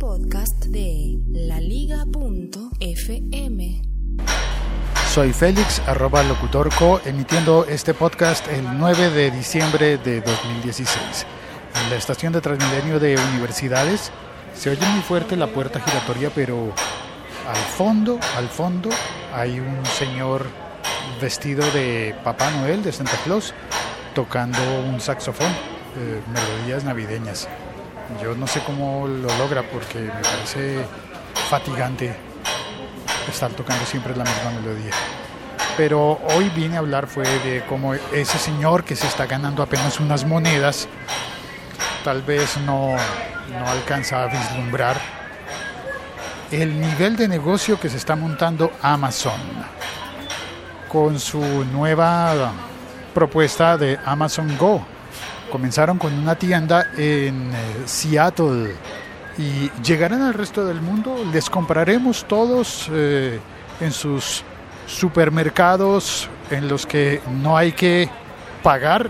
podcast de laliga.fm. Soy Félix, @locutorco, emitiendo este podcast el 9 de diciembre de 2016. En la estación de Transmilenio de Universidades se oye muy fuerte la puerta giratoria, pero al fondo hay un señor vestido de Papá Noel, de Santa Claus, tocando un saxofón, melodías navideñas. Yo no sé cómo lo logra porque me parece fatigante estar tocando siempre la misma melodía. Pero hoy vine a hablar fue de cómo ese señor que se está ganando apenas unas monedas, tal vez no alcanza a vislumbrar el nivel de negocio que se está montando Amazon con su nueva propuesta de Amazon Go. Comenzaron con una tienda en Seattle y llegarán al resto del mundo. Les compraremos todos en sus supermercados en los que no hay que pagar.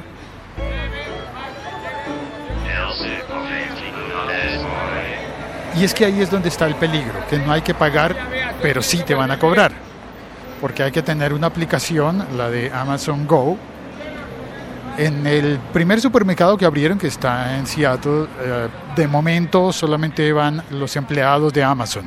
Y es que ahí es donde está el peligro, que no hay que pagar, pero sí te van a cobrar, porque hay que tener una aplicación, la de Amazon Go. En el primer supermercado que abrieron, que está en Seattle, de momento solamente van los empleados de Amazon.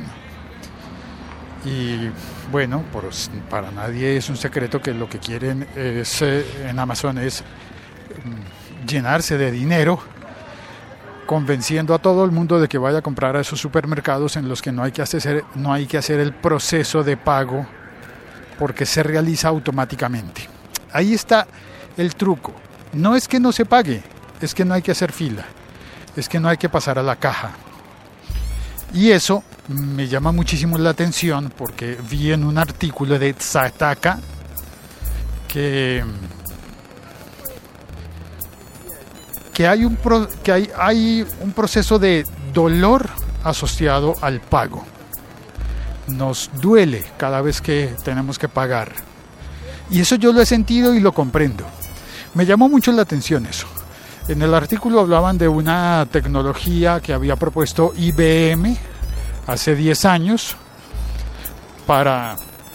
Y bueno, para nadie es un secreto que lo que quieren en Amazon es llenarse de dinero, convenciendo a todo el mundo de que vaya a comprar a esos supermercados en los que no hay que hacer el proceso de pago, porque se realiza automáticamente. Ahí está el truco. No es que no se pague, es que no hay que hacer fila, es que no hay que pasar a la caja. Y eso me llama muchísimo la atención porque vi en un artículo de Tzataka que hay un proceso de dolor asociado al pago. Nos duele cada vez que tenemos que pagar. Y eso yo lo he sentido y lo comprendo. Me llamó mucho la atención eso. En el artículo hablaban de una tecnología que había propuesto IBM hace 10 años para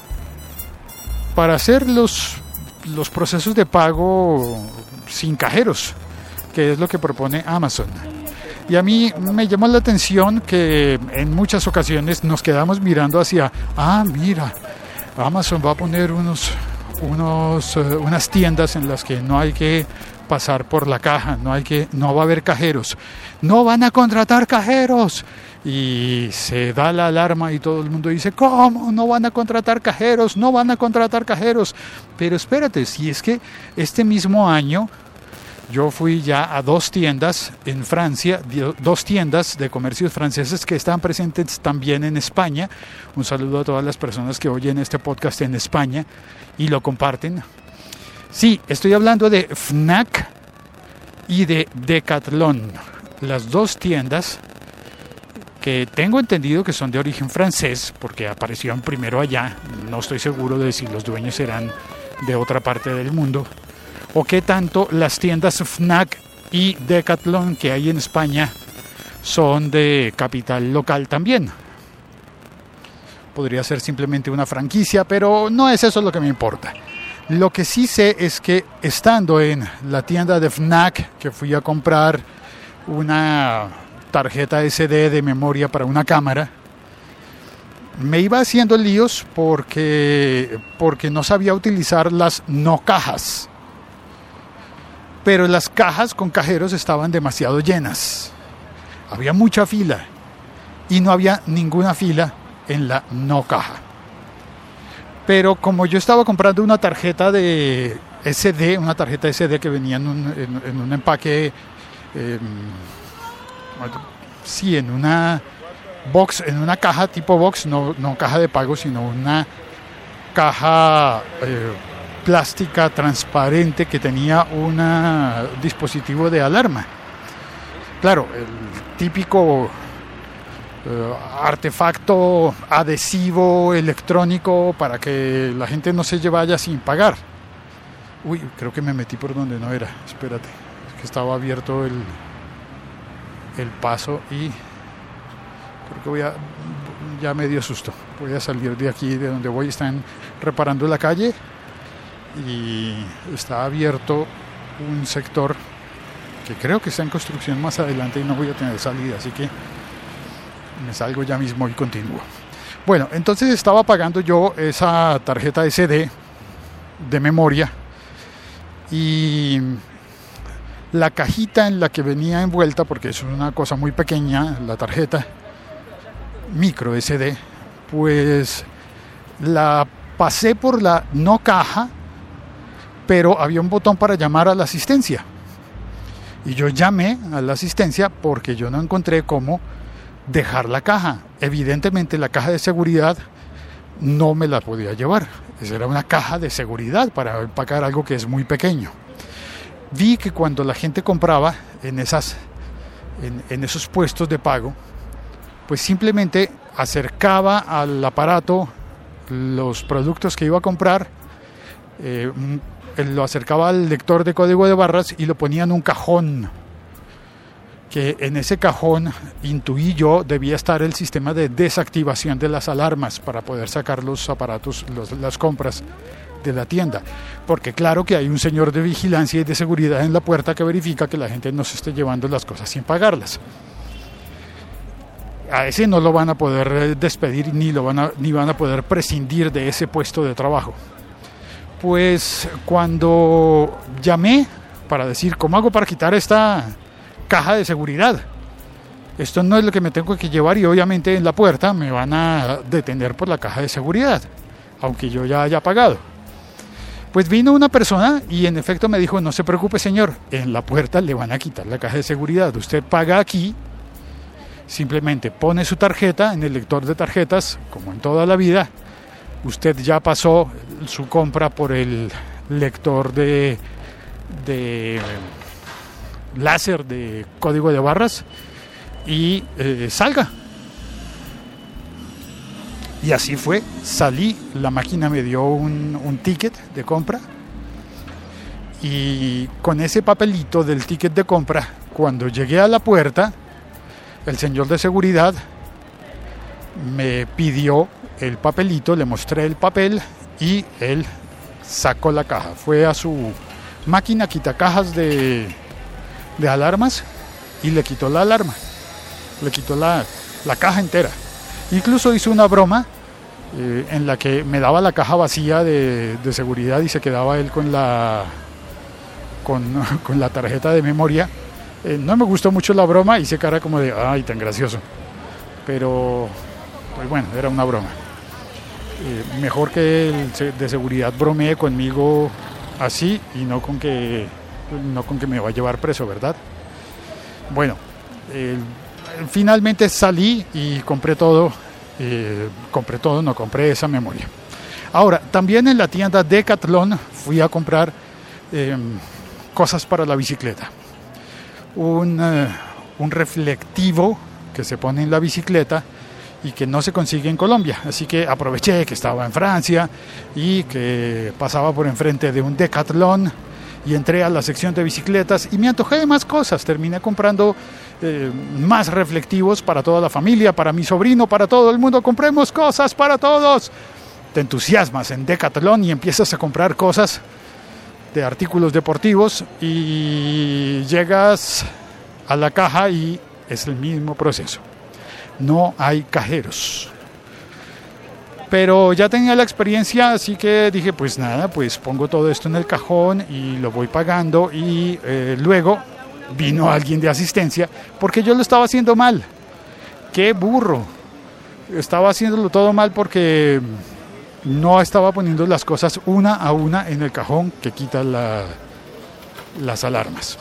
hacer los procesos de pago sin cajeros, que es lo que propone Amazon. Y a mí me llamó la atención que en muchas ocasiones nos quedamos mirando hacia, mira, Amazon va a poner unas tiendas en las que no hay que pasar por la caja, no va a haber cajeros, no van a contratar cajeros, y se da la alarma y todo el mundo dice, ¿cómo? No van a contratar cajeros, pero espérate, si es que este mismo año yo fui ya a 2 tiendas en Francia, 2 tiendas de comercios franceses que están presentes también en España. Un saludo a todas las personas que oyen este podcast en España y lo comparten. Sí, estoy hablando de Fnac y de Decathlon, las 2 tiendas que tengo entendido que son de origen francés, porque aparecieron primero allá. No estoy seguro de si los dueños eran de otra parte del mundo, o qué tanto las tiendas Fnac y Decathlon que hay en España son de capital local también. Podría ser simplemente una franquicia, pero no es eso lo que me importa. Lo que sí sé es que estando en la tienda de Fnac, que fui a comprar una tarjeta SD de memoria para una cámara, me iba haciendo líos porque no sabía utilizar las no cajas. Pero las cajas con cajeros estaban demasiado llenas. Había mucha fila y no había ninguna fila en la no caja. Pero como yo estaba comprando una tarjeta de SD, una tarjeta SD que venía en un empaque, en una box, en una caja tipo box, no caja de pago, sino una caja plástica transparente que tenía un dispositivo de alarma. Claro, el típico artefacto adhesivo electrónico para que la gente no se vaya sin pagar. Uy, creo que me metí por donde no era. Espérate, es que estaba abierto el paso y Creo que ya me dio susto. Voy a salir de aquí, de donde voy. Están reparando la calle y está abierto un sector que creo que está en construcción más adelante y no voy a tener salida, así que me salgo ya mismo y continúo. Bueno, entonces estaba pagando yo esa tarjeta SD de memoria y la cajita en la que venía envuelta, porque es una cosa muy pequeña, la tarjeta micro SD, pues la pasé por la no caja, pero había un botón para llamar a la asistencia. Y yo llamé a la asistencia porque yo no encontré cómo dejar la caja. Evidentemente la caja de seguridad no me la podía llevar. Esa era una caja de seguridad para empacar algo que es muy pequeño. Vi que cuando la gente compraba en esos puestos de pago, pues simplemente acercaba al aparato los productos que iba a comprar, lo acercaba al lector de código de barras y lo ponía en un cajón, que en ese cajón, intuí yo, debía estar el sistema de desactivación de las alarmas para poder sacar los aparatos, las compras de la tienda, porque claro que hay un señor de vigilancia y de seguridad en la puerta que verifica que la gente no se esté llevando las cosas sin pagarlas. A ese no lo van a poder despedir ni van a poder prescindir de ese puesto de trabajo. Pues cuando llamé para decir cómo hago para quitar esta caja de seguridad, esto no es lo que me tengo que llevar, y obviamente en la puerta me van a detener por la caja de seguridad, aunque yo ya haya pagado. Pues vino una persona y en efecto me dijo: no se preocupe, señor, en la puerta le van a quitar la caja de seguridad, usted paga aquí, simplemente pone su tarjeta en el lector de tarjetas, como en toda la vida. Usted ya pasó su compra por el lector de láser de código de barras y salga. Y así fue, salí, la máquina me dio un ticket de compra y con ese papelito del ticket de compra, cuando llegué a la puerta, el señor de seguridad me pidió el papelito, le mostré el papel y él sacó la caja. Fue a su máquina quitacajas de alarmas y le quitó la alarma, le quitó la caja entera. Incluso hizo una broma en la que me daba la caja vacía de seguridad y se quedaba él con la tarjeta de memoria. No me gustó mucho la broma, hice cara como de ¡ay, tan gracioso! Pero pues bueno, era una broma. Mejor que el de seguridad bromee conmigo así y no con que me va a llevar preso, ¿verdad? Bueno, finalmente salí y compré esa memoria. Ahora, también en la tienda Decathlon fui a comprar cosas para la bicicleta. Un reflectivo que se pone en la bicicleta y que no se consigue en Colombia, así que aproveché que estaba en Francia y que pasaba por enfrente de un Decathlon y entré a la sección de bicicletas y me antojé de más cosas. Terminé comprando más reflectivos para toda la familia, para mi sobrino, para todo el mundo. Compremos cosas para todos. Te entusiasmas en Decathlon y empiezas a comprar cosas de artículos deportivos y llegas a la caja y es el mismo proceso. No hay cajeros. Pero ya tenía la experiencia, así que dije, pues nada, pues pongo todo esto en el cajón y lo voy pagando. Y luego vino alguien de asistencia porque yo lo estaba haciendo mal. ¡Qué burro! Estaba haciéndolo todo mal porque no estaba poniendo las cosas una a una en el cajón que quita las alarmas.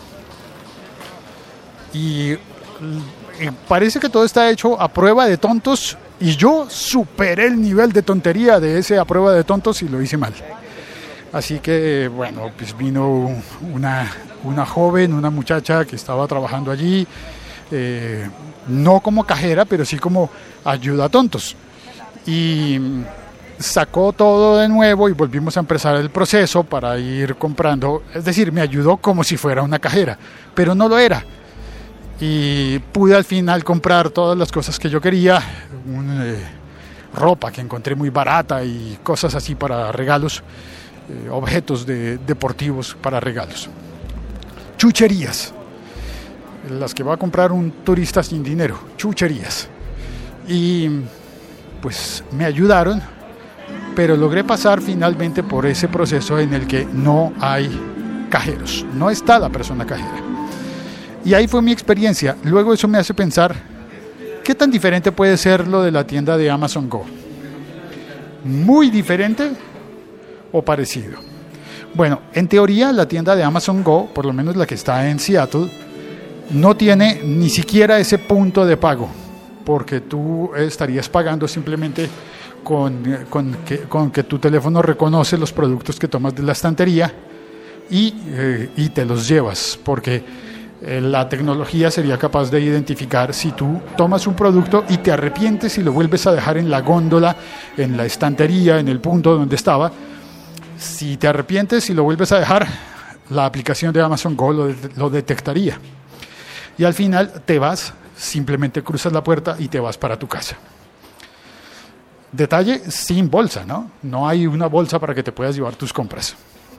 Y parece que todo está hecho a prueba de tontos y yo superé el nivel de tontería de ese a prueba de tontos y lo hice mal. Así que bueno, pues vino una joven, una muchacha que estaba trabajando allí, no como cajera, pero sí como ayuda a tontos. Y sacó todo de nuevo y volvimos a empezar el proceso para ir comprando. Es decir, me ayudó como si fuera una cajera, pero no lo era. y pude al final comprar todas las cosas que yo quería, ropa que encontré muy barata y cosas así para regalos, objetos deportivos para regalos. Chucherías, las que va a comprar un turista sin dinero, chucherías. Y pues me ayudaron, pero logré pasar finalmente por ese proceso en el que no hay cajeros, no está la persona cajera. Y ahí fue mi experiencia. Luego eso me hace pensar, ¿qué tan diferente puede ser lo de la tienda de Amazon Go? ¿Muy diferente o parecido? Bueno, en teoría la tienda de Amazon Go, por lo menos la que está en Seattle, no tiene ni siquiera ese punto de pago, porque tú estarías pagando simplemente con que tu teléfono reconoce los productos que tomas de la estantería y te los llevas, porque la tecnología sería capaz de identificar si tú tomas un producto y te arrepientes y lo vuelves a dejar en la góndola, en la estantería, en el punto donde estaba. Si te arrepientes y lo vuelves a dejar, la aplicación de Amazon Go lo detectaría. Y al final te vas, simplemente cruzas la puerta y te vas para tu casa. Detalle, sin bolsa, ¿no? No hay una bolsa para que te puedas llevar tus compras.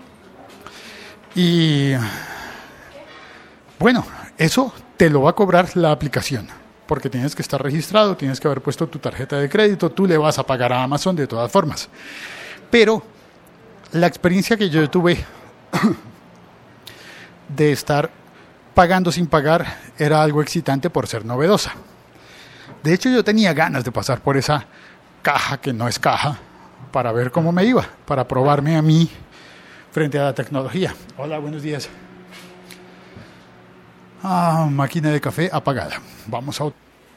Y bueno, eso te lo va a cobrar la aplicación, porque tienes que estar registrado, tienes que haber puesto tu tarjeta de crédito, tú le vas a pagar a Amazon de todas formas. Pero la experiencia que yo tuve de estar pagando sin pagar era algo excitante por ser novedosa. De hecho, yo tenía ganas de pasar por esa caja que no es caja para ver cómo me iba, para probarme a mí frente a la tecnología. Hola, buenos días. Máquina de café apagada. Vamos a...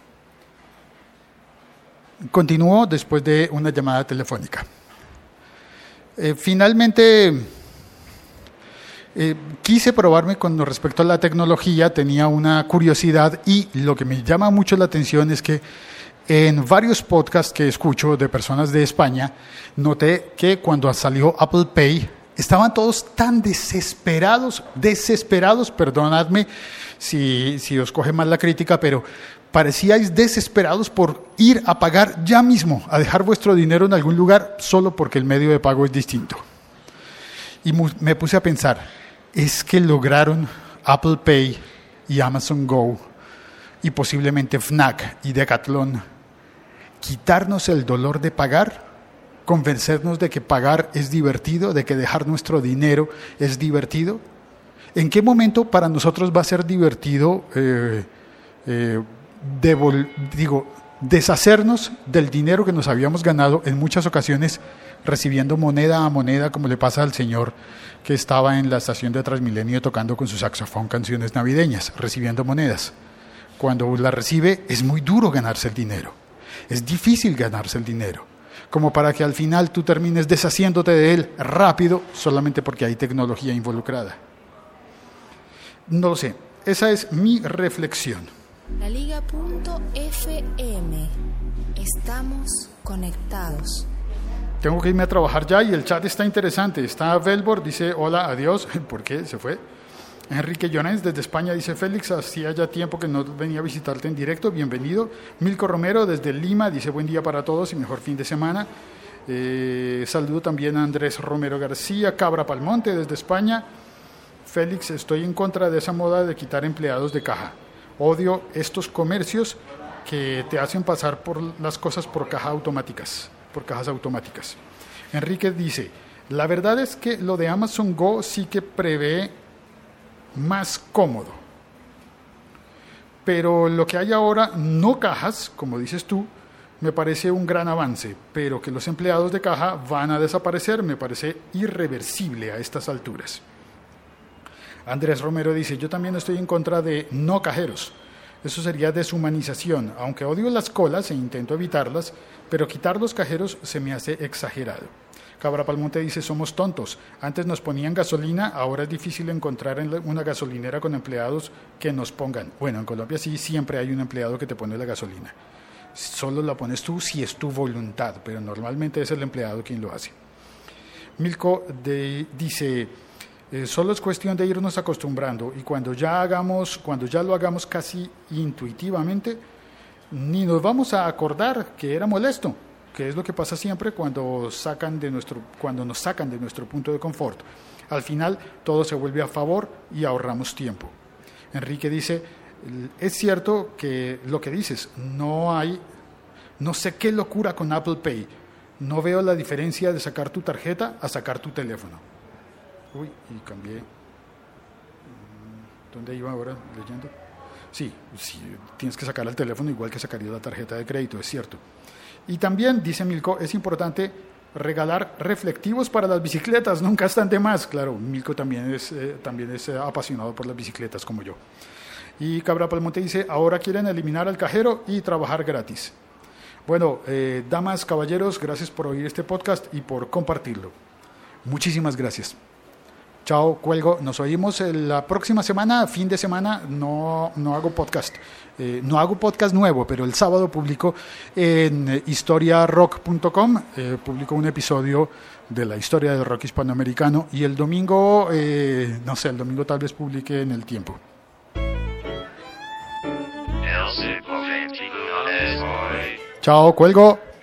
Continúo después de una llamada telefónica. Finalmente, quise probarme con respecto a la tecnología, tenía una curiosidad y lo que me llama mucho la atención es que en varios podcasts que escucho de personas de España, noté que cuando salió Apple Pay, estaban todos tan desesperados, perdonadme si os coge mal la crítica, pero parecíais desesperados por ir a pagar ya mismo, a dejar vuestro dinero en algún lugar solo porque el medio de pago es distinto. Y me puse a pensar, ¿es que lograron Apple Pay y Amazon Go y posiblemente Fnac y Decathlon quitarnos el dolor de pagar? ¿Convencernos de que pagar es divertido, de que dejar nuestro dinero es divertido? ¿En qué momento para nosotros va a ser divertido deshacernos del dinero que nos habíamos ganado en muchas ocasiones recibiendo moneda a moneda, como le pasa al señor que estaba en la estación de Transmilenio tocando con su saxofón canciones navideñas, recibiendo monedas? Cuando las recibe es muy duro ganarse el dinero, es difícil ganarse el dinero, como para que al final tú termines deshaciéndote de él rápido solamente porque hay tecnología involucrada. No lo sé, esa es mi reflexión. LaLiga.fm. Estamos conectados. Tengo que irme a trabajar ya y el chat está interesante. Está Velbor, dice hola, adiós. ¿Por qué? Se fue. Enrique Llorens desde España dice Félix, hacía ya tiempo que no venía a visitarte en directo, bienvenido. Milko Romero desde Lima dice buen día para todos y mejor fin de semana. Saludo también a Andrés Romero García, Cabra Palmonte desde España. Félix, estoy en contra de esa moda de quitar empleados de caja. Odio estos comercios que te hacen pasar por las cosas por cajas automáticas. Enrique dice, la verdad es que lo de Amazon Go sí que prevé más cómodo. Pero lo que hay ahora, no cajas, como dices tú, me parece un gran avance, pero que los empleados de caja van a desaparecer me parece irreversible a estas alturas. Andrés Romero dice, yo también estoy en contra de no cajeros. Eso sería deshumanización, aunque odio las colas e intento evitarlas, pero quitar los cajeros se me hace exagerado. Cabra Palmonte dice, somos tontos. Antes nos ponían gasolina, ahora es difícil encontrar en una gasolinera con empleados que nos pongan. Bueno, en Colombia sí, siempre hay un empleado que te pone la gasolina. Solo la pones tú si es tu voluntad, pero normalmente es el empleado quien lo hace. Milko dice, Solo es cuestión de irnos acostumbrando, y cuando ya lo hagamos casi intuitivamente, ni nos vamos a acordar que era molesto, que es lo que pasa siempre cuando nos sacan de nuestro punto de confort. Al final todo se vuelve a favor y ahorramos tiempo. Enrique dice, es cierto que lo que dices, no sé qué locura con Apple Pay, no veo la diferencia de sacar tu tarjeta a sacar tu teléfono. Uy, y cambié. ¿Dónde iba ahora leyendo? Sí, tienes que sacar el teléfono igual que sacarías la tarjeta de crédito, es cierto. Y también, dice Milko, es importante regalar reflectivos para las bicicletas, nunca están de más. Claro, Milko también es apasionado por las bicicletas como yo. Y Cabra Palmonte dice, ahora quieren eliminar al cajero y trabajar gratis. Bueno, damas, caballeros, gracias por oír este podcast y por compartirlo. Muchísimas gracias. Chao, cuelgo. Nos oímos la próxima semana, fin de semana. No hago podcast. No hago podcast nuevo, pero el sábado publico en historiarock.com. Publico un episodio de la historia del rock hispanoamericano. Y el domingo, el domingo tal vez publique en El Tiempo. Chao, cuelgo.